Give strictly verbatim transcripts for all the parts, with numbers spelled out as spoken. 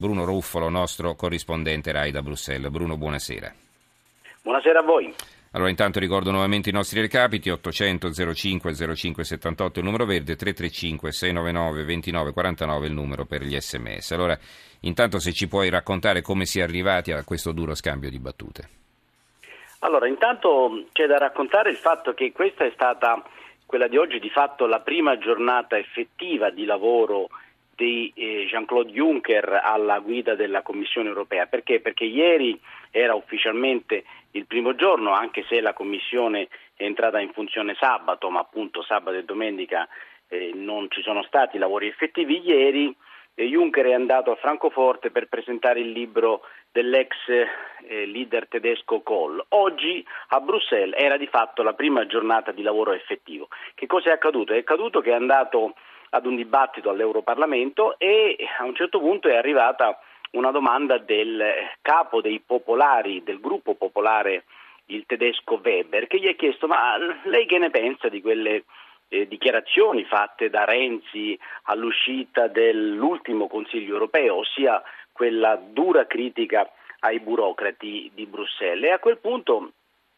Bruno Ruffolo, nostro corrispondente Rai da Bruxelles. Bruno, buonasera. Buonasera a voi. Allora, intanto ricordo nuovamente i nostri recapiti: ottocento zero cinque zero cinque settantotto il numero verde, tre tre cinque sei nove nove due nove quattro nove il numero per gli sms. Allora, intanto se ci puoi raccontare come si è arrivati a questo duro scambio di battute. Allora, intanto c'è da raccontare il fatto che questa è stata, quella di oggi, di fatto la prima giornata effettiva di lavoro di eh, Jean-Claude Juncker alla guida della Commissione europea. Perché? Perché ieri era ufficialmente il primo giorno, anche se la Commissione è entrata in funzione sabato, ma appunto sabato e domenica eh, non ci sono stati lavori effettivi. Ieri eh, Juncker è andato a Francoforte per presentare il libro dell'ex eh, leader tedesco Kohl. Oggi a Bruxelles era di fatto la prima giornata di lavoro effettivo. Che cosa è accaduto? È accaduto che è andato ad un dibattito all'Europarlamento e a un certo punto è arrivata una domanda del capo dei popolari, del gruppo popolare, il tedesco Weber, che gli ha chiesto: ma lei che ne pensa di quelle eh, dichiarazioni fatte da Renzi all'uscita dell'ultimo Consiglio europeo, ossia quella dura critica ai burocrati di Bruxelles? E a quel punto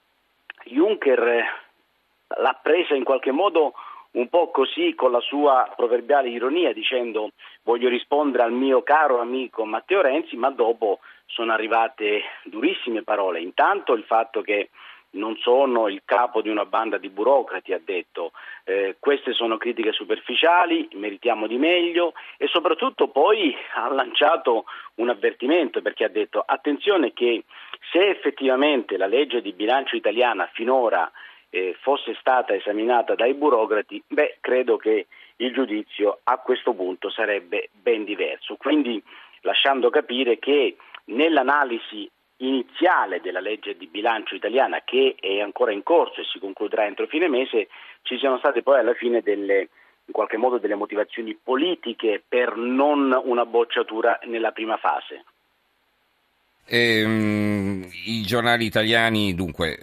Juncker l'ha presa in qualche modo un po' così, con la sua proverbiale ironia, dicendo: voglio rispondere al mio caro amico Matteo Renzi, ma dopo sono arrivate durissime parole. Intanto il fatto che non sono il capo di una banda di burocrati, ha detto, eh, queste sono critiche superficiali, meritiamo di meglio, e soprattutto poi ha lanciato un avvertimento, perché ha detto: attenzione che se effettivamente la legge di bilancio italiana finora Eh, fosse stata esaminata dai burocrati, beh, credo che il giudizio a questo punto sarebbe ben diverso. Quindi lasciando capire che nell'analisi iniziale della legge di bilancio italiana, che è ancora in corso e si concluderà entro fine mese, ci siano state poi alla fine delle, in qualche modo, delle motivazioni politiche per non una bocciatura nella prima fase. Ehm, I giornali italiani, dunque,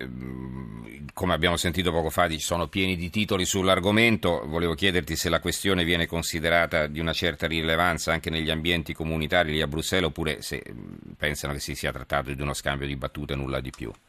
come abbiamo sentito poco fa, sono pieni di titoli sull'argomento. Volevo chiederti se la questione viene considerata di una certa rilevanza anche negli ambienti comunitari lì a Bruxelles, oppure se pensano che si sia trattato di uno scambio di battute, nulla di più.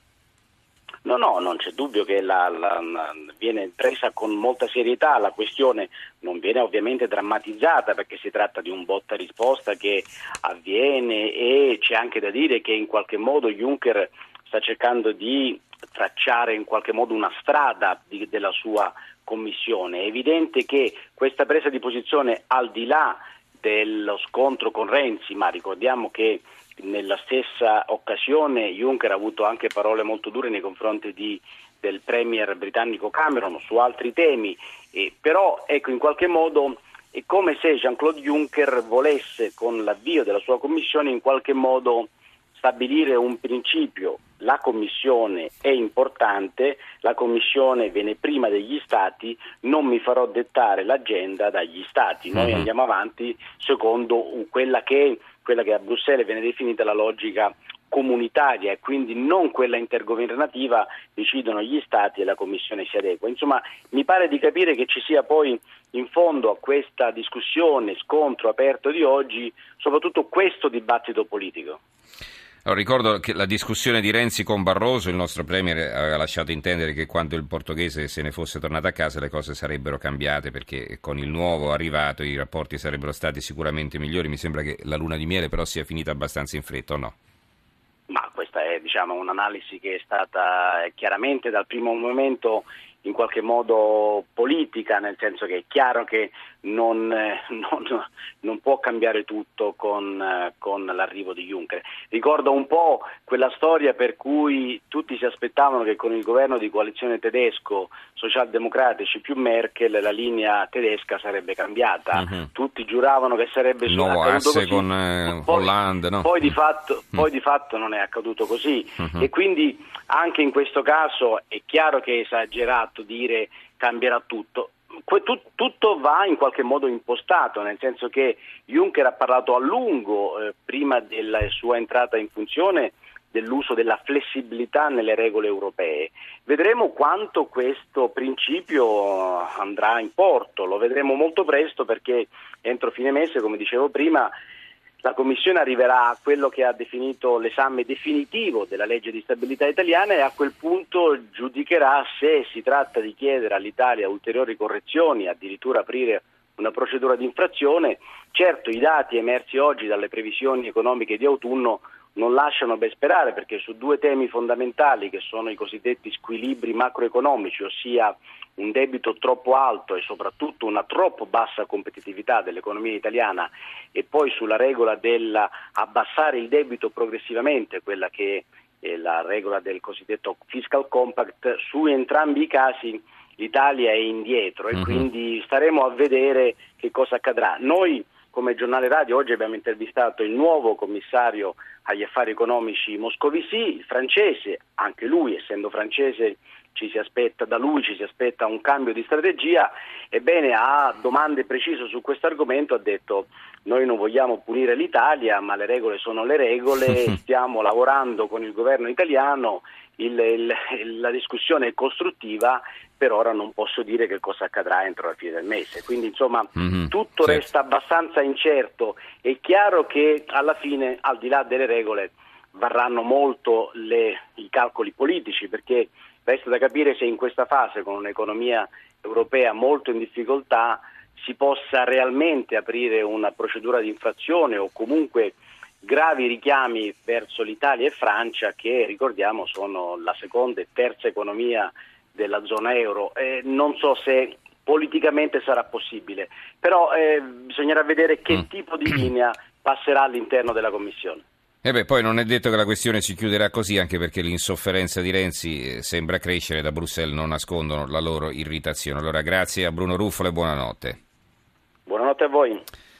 No, no, non c'è dubbio che la, la, la, viene presa con molta serietà la questione, non viene ovviamente drammatizzata, perché si tratta di un botta risposta che avviene, e c'è anche da dire che in qualche modo Juncker sta cercando di tracciare in qualche modo una strada di, della sua commissione. È evidente che questa presa di posizione, al di là dello scontro con Renzi, ma ricordiamo che nella stessa occasione Juncker ha avuto anche parole molto dure nei confronti di, del premier britannico Cameron su altri temi, eh, però ecco, in qualche modo è come se Jean-Claude Juncker volesse, con l'avvio della sua commissione, in qualche modo stabilire un principio: la Commissione è importante, la Commissione viene prima degli Stati, non mi farò dettare l'agenda dagli Stati, noi andiamo avanti secondo quella che, quella che a Bruxelles viene definita la logica comunitaria, e quindi non quella intergovernativa, decidono gli Stati e la Commissione si adegua. Insomma, mi pare di capire che ci sia poi in fondo a questa discussione, scontro aperto di oggi, soprattutto questo dibattito politico. Allora, ricordo che la discussione di Renzi con Barroso, il nostro premier aveva lasciato intendere che quando il portoghese se ne fosse tornato a casa le cose sarebbero cambiate, perché con il nuovo arrivato i rapporti sarebbero stati sicuramente migliori. Mi sembra che la luna di miele però sia finita abbastanza in fretta, o no? Ma questa è, diciamo, un'analisi che è stata chiaramente dal primo momento in qualche modo politica, nel senso che è chiaro che non, non, non può cambiare tutto con, con l'arrivo di Juncker. Ricordo un po' quella storia per cui tutti si aspettavano che con il governo di coalizione tedesco, socialdemocratici più Merkel, la linea tedesca sarebbe cambiata. Uh-huh. Tutti giuravano che sarebbe il nuovo asse con eh, poi, Hollande, no? Poi di fatto, uh-huh. poi di fatto non è accaduto così, uh-huh. e quindi anche in questo caso è chiaro che è esagerato dire cambierà tutto. Tutto va in qualche modo impostato, nel senso che Juncker ha parlato a lungo eh, prima della sua entrata in funzione dell'uso della flessibilità nelle regole europee. Vedremo quanto questo principio andrà in porto, lo vedremo molto presto, perché entro fine mese, come dicevo prima, la Commissione arriverà a quello che ha definito l'esame definitivo della legge di stabilità italiana e a quel punto giudicherà se si tratta di chiedere all'Italia ulteriori correzioni, addirittura aprire una procedura di infrazione. Certo, i dati emersi oggi dalle previsioni economiche di autunno non lasciano ben sperare, perché su due temi fondamentali che sono i cosiddetti squilibri macroeconomici, ossia un debito troppo alto e soprattutto una troppo bassa competitività dell'economia italiana, e poi sulla regola dell'abbassare il debito progressivamente, quella che è la regola del cosiddetto fiscal compact, su entrambi i casi l'Italia è indietro e mm-hmm. quindi staremo a vedere che cosa accadrà. Noi come Giornale Radio oggi abbiamo intervistato il nuovo commissario agli affari economici Moscovici, il francese, anche lui essendo francese ci si aspetta, da lui ci si aspetta un cambio di strategia. Ebbene, a domande precise su questo argomento ha detto: noi non vogliamo punire l'Italia, ma le regole sono le regole, stiamo lavorando con il governo italiano, il, il, la discussione è costruttiva, per ora non posso dire che cosa accadrà entro la fine del mese. Quindi insomma mm-hmm, tutto certo. resta abbastanza incerto. È chiaro che alla fine, al di là delle regole, varranno molto le, i calcoli politici, perché resta da capire se in questa fase, con un'economia europea molto in difficoltà, si possa realmente aprire una procedura di infrazione o comunque gravi richiami verso l'Italia e Francia, che ricordiamo sono la seconda e terza economia della zona euro. Eh, non so se politicamente sarà possibile, però eh, bisognerà vedere che mm. tipo di linea passerà all'interno della Commissione. E beh, poi non è detto che la questione si chiuderà così, anche perché l'insofferenza di Renzi sembra crescere, da Bruxelles non nascondono la loro irritazione. Allora grazie a Bruno Ruffolo e buonanotte. Buonanotte a voi.